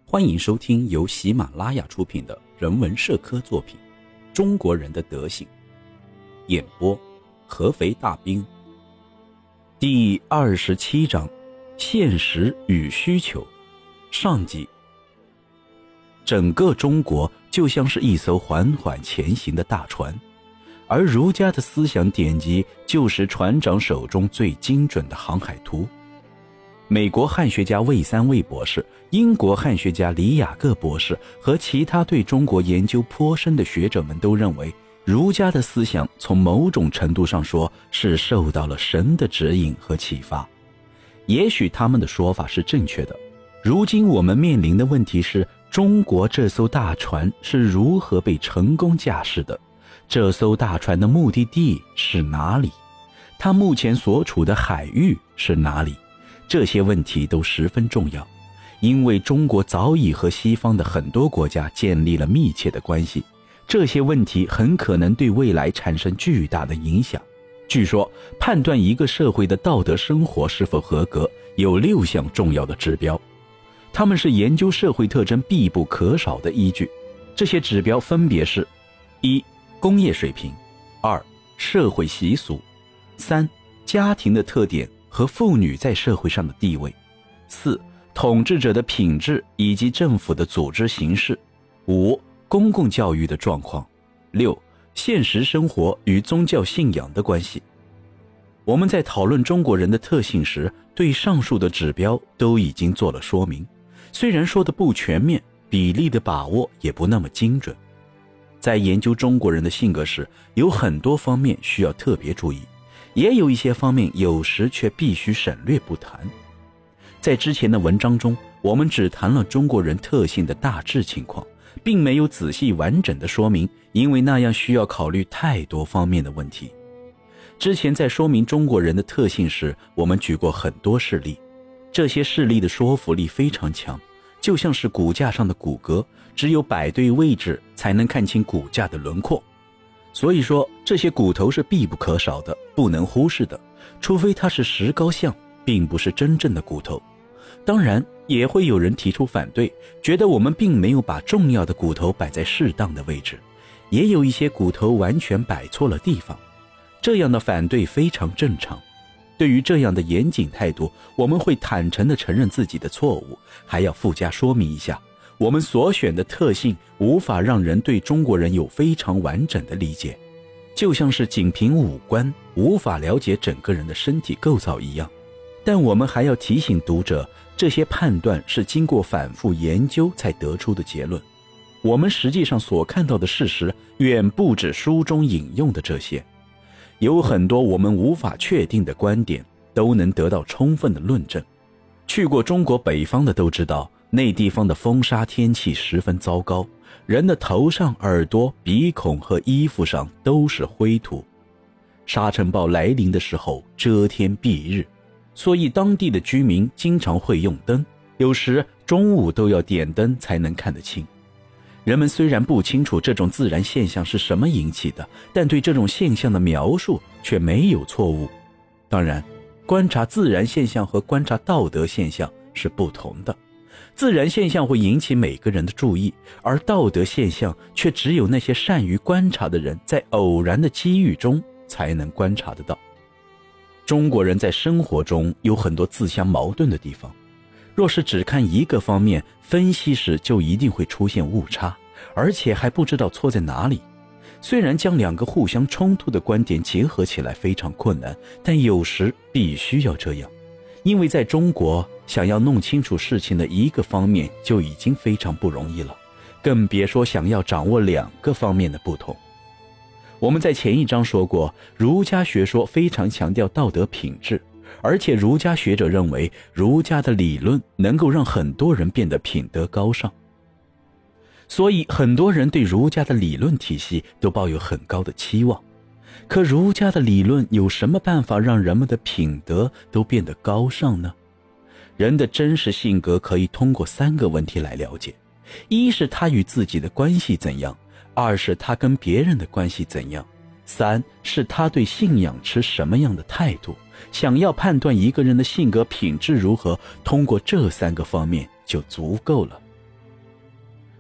欢迎收听由喜马拉雅出品的人文社科作品《中国人的德行》，演播合肥大兵。第27章：现实与需求。上集。整个中国就像是一艘缓缓前行的大船，而儒家的思想典籍就是船长手中最精准的航海图。美国汉学家魏三卫博士、英国汉学家李雅各博士和其他对中国研究颇深的学者们都认为，儒家的思想从某种程度上说是受到了神的指引和启发。也许他们的说法是正确的。如今我们面临的问题是，中国这艘大船是如何被成功驾驶的？这艘大船的目的地是哪里？它目前所处的海域是哪里？这些问题都十分重要，因为中国早已和西方的很多国家建立了密切的关系，这些问题很可能对未来产生巨大的影响。据说，判断一个社会的道德生活是否合格，有6项重要的指标，它们是研究社会特征必不可少的依据。这些指标分别是：1. 工业水平； 2. 社会习俗； 3. 家庭的特点和妇女在社会上的地位； 4. 统治者的品质以及政府的组织形式； 5. 公共教育的状况； 6. 现实生活与宗教信仰的关系。我们在讨论中国人的特性时，对上述的指标都已经做了说明，虽然说的不全面，比例的把握也不那么精准。在研究中国人的性格时，有很多方面需要特别注意，也有一些方面有时却必须省略不谈。在之前的文章中，我们只谈了中国人特性的大致情况，并没有仔细完整的说明，因为那样需要考虑太多方面的问题。之前在说明中国人的特性时，我们举过很多事例，这些事例的说服力非常强，就像是骨架上的骨骼，只有摆对位置才能看清骨架的轮廓。所以说，这些骨头是必不可少的，不能忽视的，除非它是石膏像，并不是真正的骨头。当然，也会有人提出反对，觉得我们并没有把重要的骨头摆在适当的位置，也有一些骨头完全摆错了地方。这样的反对非常正常。对于这样的严谨态度，我们会坦诚地承认自己的错误，还要附加说明一下，我们所选的特性无法让人对中国人有非常完整的理解，就像是仅凭五官无法了解整个人的身体构造一样。但我们还要提醒读者，这些判断是经过反复研究才得出的结论。我们实际上所看到的事实远不止书中引用的这些，有很多我们无法确定的观点都能得到充分的论证。去过中国北方的都知道，那地方的风沙天气十分糟糕，人的头上、耳朵、鼻孔和衣服上都是灰土。沙尘暴来临的时候遮天蔽日，所以当地的居民经常会用灯，有时中午都要点灯才能看得清。人们虽然不清楚这种自然现象是什么引起的，但对这种现象的描述却没有错误。当然，观察自然现象和观察道德现象是不同的。自然现象会引起每个人的注意，而道德现象却只有那些善于观察的人在偶然的机遇中才能观察得到。中国人在生活中有很多自相矛盾的地方，若是只看一个方面，分析时就一定会出现误差，而且还不知道错在哪里。虽然将2个互相冲突的观点结合起来非常困难，但有时必须要这样，因为在中国，想要弄清楚事情的一个方面就已经非常不容易了，更别说想要掌握2个方面的不同。我们在前一章说过，儒家学说非常强调道德品质，而且儒家学者认为，儒家的理论能够让很多人变得品德高尚。所以很多人对儒家的理论体系都抱有很高的期望。可儒家的理论有什么办法让人们的品德都变得高尚呢？人的真实性格可以通过3个问题来了解：一是他与自己的关系怎样；2是他跟别人的关系怎样；3是他对信仰持什么样的态度。想要判断一个人的性格品质如何，通过这3个方面就足够了。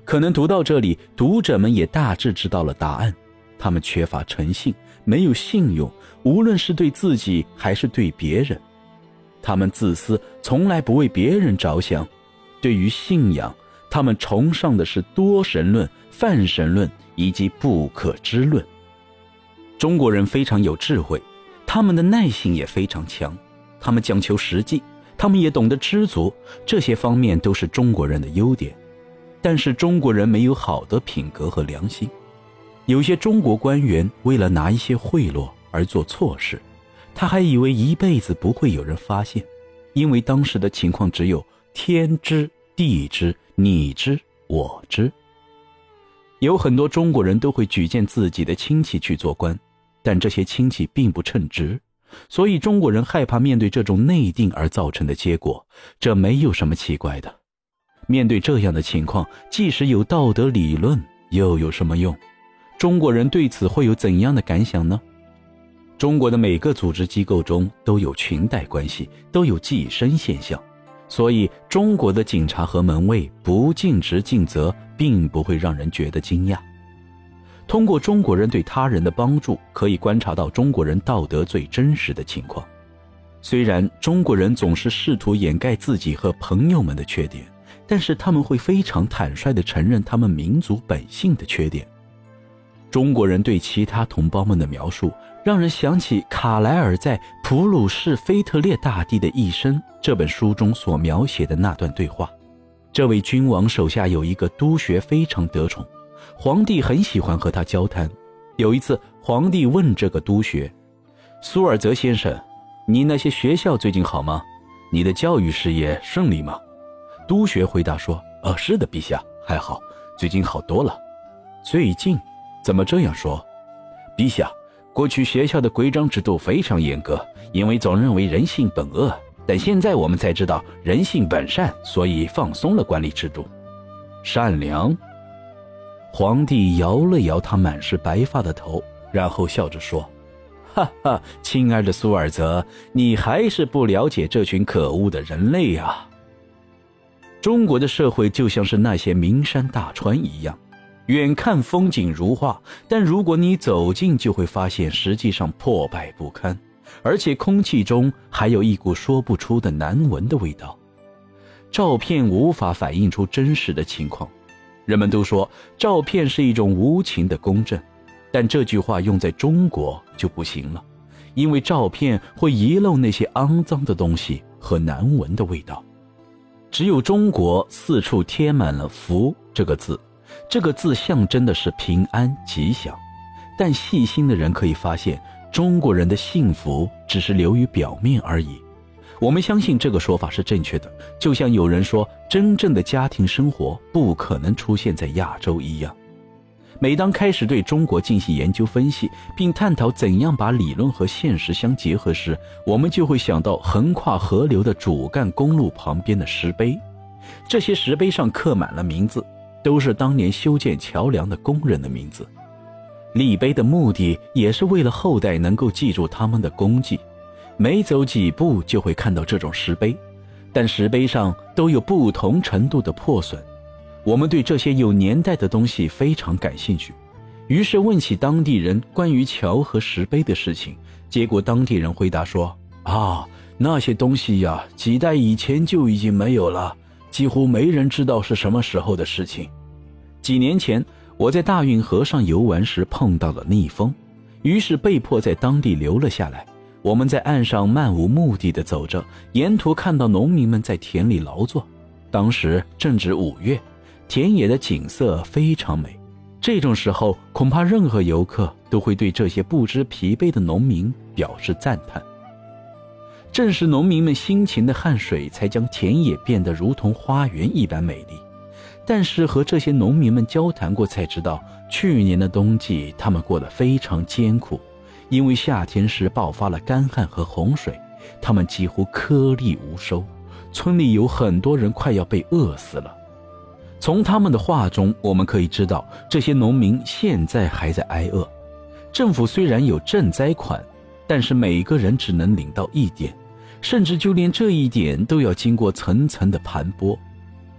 可能读到这里，读者们也大致知道了答案。他们缺乏诚信，没有信用，无论是对自己还是对别人。他们自私，从来不为别人着想。对于信仰，他们崇尚的是多神论、泛神论以及不可知论。中国人非常有智慧，他们的耐性也非常强，他们讲求实际，他们也懂得知足，这些方面都是中国人的优点。但是中国人没有好的品格和良心，有些中国官员为了拿一些贿赂而做错事，他还以为一辈子不会有人发现，因为当时的情况只有天知、地知、你知、我知。有很多中国人都会举荐自己的亲戚去做官，但这些亲戚并不称职，所以中国人害怕面对这种内定而造成的结果，这没有什么奇怪的。面对这样的情况，即使有道德理论，又有什么用？中国人对此会有怎样的感想呢？中国的每个组织机构中都有裙带关系，都有寄生现象，所以中国的警察和门卫不尽职尽责，并不会让人觉得惊讶。通过中国人对他人的帮助，可以观察到中国人道德最真实的情况。虽然中国人总是试图掩盖自己和朋友们的缺点，但是他们会非常坦率地承认他们民族本性的缺点。中国人对其他同胞们的描述，让人想起卡莱尔在《普鲁士腓特烈大帝的一生》这本书中所描写的那段对话。这位君王手下有一个督学非常得宠，皇帝很喜欢和他交谈。有一次，皇帝问这个督学：苏尔泽先生，你那些学校最近好吗？你的教育事业顺利吗？督学回答说：是的，陛下，还好，最近好多了。最近？怎么这样说？陛下，过去学校的规章制度非常严格，因为总认为人性本恶，但现在我们才知道人性本善，所以放松了管理制度。善良？皇帝摇了摇他满是白发的头，然后笑着说：哈哈，亲爱的苏尔泽，你还是不了解这群可恶的人类啊。中国的社会就像是那些名山大川一样，远看风景如画，但如果你走近就会发现实际上破败不堪，而且空气中还有一股说不出的难闻的味道。照片无法反映出真实的情况，人们都说照片是一种无情的公正，但这句话用在中国就不行了，因为照片会遗漏那些肮脏的东西和难闻的味道。只有中国四处贴满了福这个字，这个字象征的是平安吉祥，但细心的人可以发现，中国人的幸福只是流于表面而已。我们相信这个说法是正确的，就像有人说真正的家庭生活不可能出现在亚洲一样。每当开始对中国进行研究分析，并探讨怎样把理论和现实相结合时，我们就会想到横跨河流的主干公路旁边的石碑。这些石碑上刻满了名字，都是当年修建桥梁的工人的名字。立碑的目的也是为了后代能够记住他们的功绩。每走几步就会看到这种石碑，但石碑上都有不同程度的破损。我们对这些有年代的东西非常感兴趣，于是问起当地人关于桥和石碑的事情，结果当地人回答说：那些东西呀，几代以前就已经没有了，几乎没人知道是什么时候的事情。几年前，我在大运河上游玩时碰到了逆风，于是被迫在当地留了下来。我们在岸上漫无目的地走着，沿途看到农民们在田里劳作。当时正值5月，田野的景色非常美。这种时候，恐怕任何游客都会对这些不知疲惫的农民表示赞叹。正是农民们辛勤的汗水，才将田野变得如同花园一般美丽。但是和这些农民们交谈过才知道，去年的冬季他们过得非常艰苦，因为夏天时爆发了干旱和洪水，他们几乎颗粒无收，村里有很多人快要被饿死了。从他们的话中，我们可以知道，这些农民现在还在挨饿。政府虽然有赈灾款，但是每个人只能领到1点，甚至就连这1点都要经过层层的盘剥。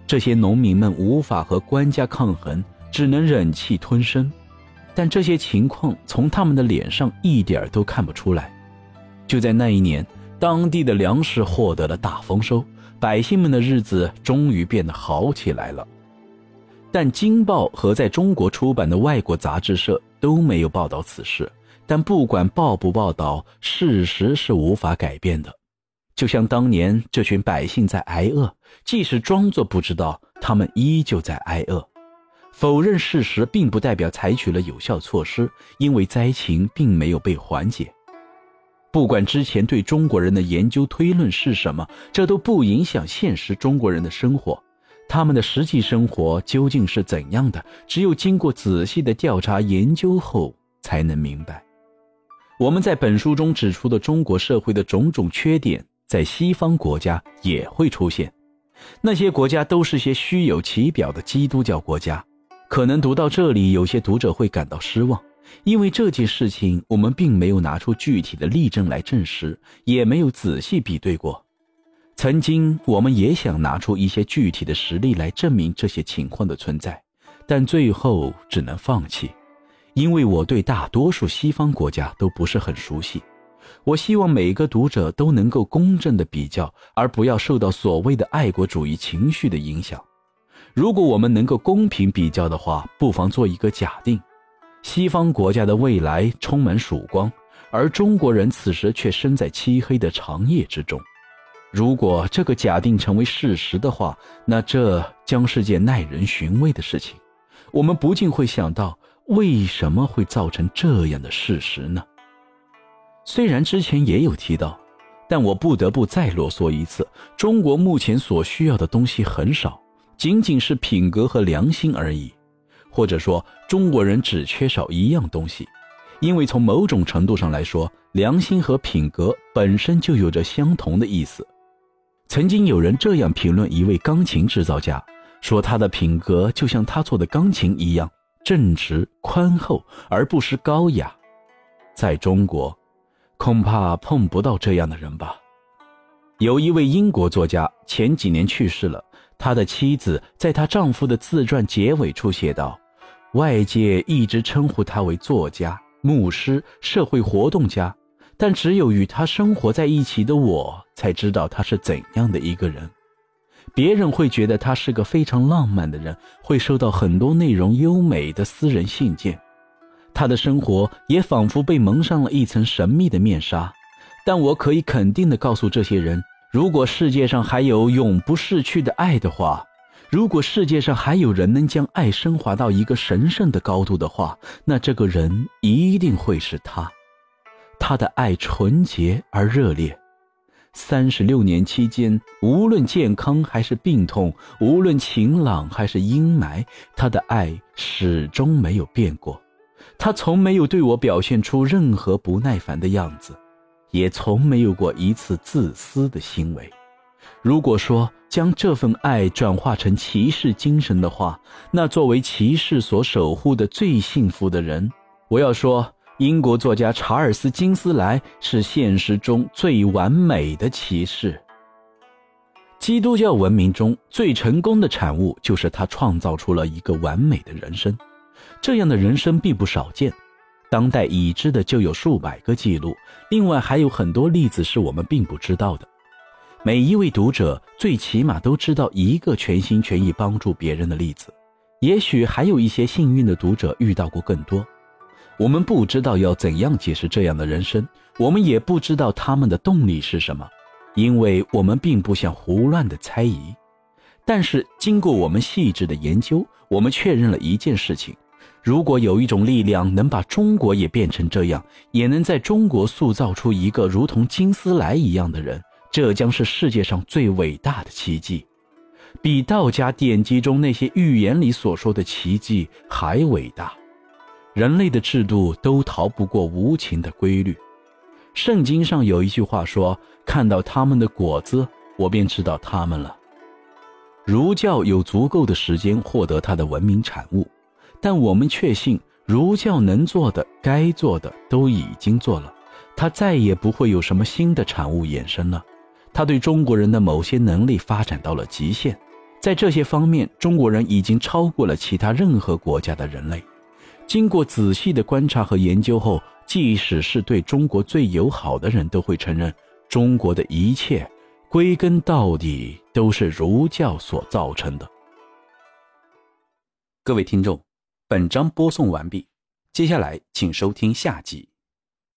这些农民们无法和官家抗衡，只能忍气吞声。但这些情况从他们的脸上一点都看不出来。就在那一年，当地的粮食获得了大丰收，百姓们的日子终于变得好起来了。但《京报》和在中国出版的外国杂志社都没有报道此事，但不管报不报道，事实是无法改变的。就像当年这群百姓在挨饿，即使装作不知道，他们依旧在挨饿。否认事实并不代表采取了有效措施，因为灾情并没有被缓解。不管之前对中国人的研究推论是什么，这都不影响现实中国人的生活。他们的实际生活究竟是怎样的，只有经过仔细的调查研究后才能明白。我们在本书中指出的中国社会的种种缺点，在西方国家也会出现。那些国家都是些虚有其表的基督教国家。可能读到这里，有些读者会感到失望，因为这件事情我们并没有拿出具体的例证来证实，也没有仔细比对过。曾经我们也想拿出一些具体的实例来证明这些情况的存在，但最后只能放弃，因为我对大多数西方国家都不是很熟悉。我希望每个读者都能够公正的比较，而不要受到所谓的爱国主义情绪的影响。如果我们能够公平比较的话，不妨做一个假定：西方国家的未来充满曙光，而中国人此时却身在漆黑的长夜之中。如果这个假定成为事实的话，那这将是件耐人寻味的事情。我们不禁会想到，为什么会造成这样的事实呢？虽然之前也有提到，但我不得不再啰嗦一次，中国目前所需要的东西很少，仅仅是品格和良心而已。或者说，中国人只缺少一样东西，因为从某种程度上来说，良心和品格本身就有着相同的意思。曾经有人这样评论一位钢琴制造家，说他的品格就像他做的钢琴一样，正直宽厚，而不失高雅。在中国，恐怕碰不到这样的人吧。有一位英国作家前几年去世了，他的妻子在她丈夫的自传结尾处写道，外界一直称呼他为作家、牧师、社会活动家，但只有与他生活在一起的我才知道他是怎样的一个人。别人会觉得他是个非常浪漫的人，会收到很多内容优美的私人信件。他的生活也仿佛被蒙上了一层神秘的面纱。但我可以肯定地告诉这些人，如果世界上还有永不逝去的爱的话，如果世界上还有人能将爱升华到一个神圣的高度的话，那这个人一定会是他。他的爱纯洁而热烈。36年期间，无论健康还是病痛，无论晴朗还是阴霾，他的爱始终没有变过。他从没有对我表现出任何不耐烦的样子，也从没有过一次自私的行为。如果说将这份爱转化成骑士精神的话，那作为骑士所守护的最幸福的人，我要说，英国作家查尔斯·金斯莱是现实中最完美的骑士。基督教文明中最成功的产物就是他创造出了一个完美的人生，这样的人生并不少见，当代已知的就有数百个记录，另外还有很多例子是我们并不知道的。每一位读者最起码都知道一个全心全意帮助别人的例子，也许还有一些幸运的读者遇到过更多。我们不知道要怎样解释这样的人生，我们也不知道他们的动力是什么，因为我们并不想胡乱的猜疑。但是经过我们细致的研究，我们确认了一件事情，如果有一种力量能把中国也变成这样，也能在中国塑造出一个如同金斯莱一样的人，这将是世界上最伟大的奇迹，比道家典籍中那些预言里所说的奇迹还伟大。人类的制度都逃不过无情的规律。圣经上有一句话说，看到他们的果子，我便知道他们了。儒教有足够的时间获得它的文明产物，但我们确信儒教能做的该做的都已经做了，它再也不会有什么新的产物衍生了。它对中国人的某些能力发展到了极限， 在这些方面，中国人已经超过了其他任何国家的人类。经过仔细的观察和研究后，即使是对中国最友好的人都会承认，中国的一切归根到底都是儒教所造成的。各位听众，本章播送完毕，接下来请收听下集。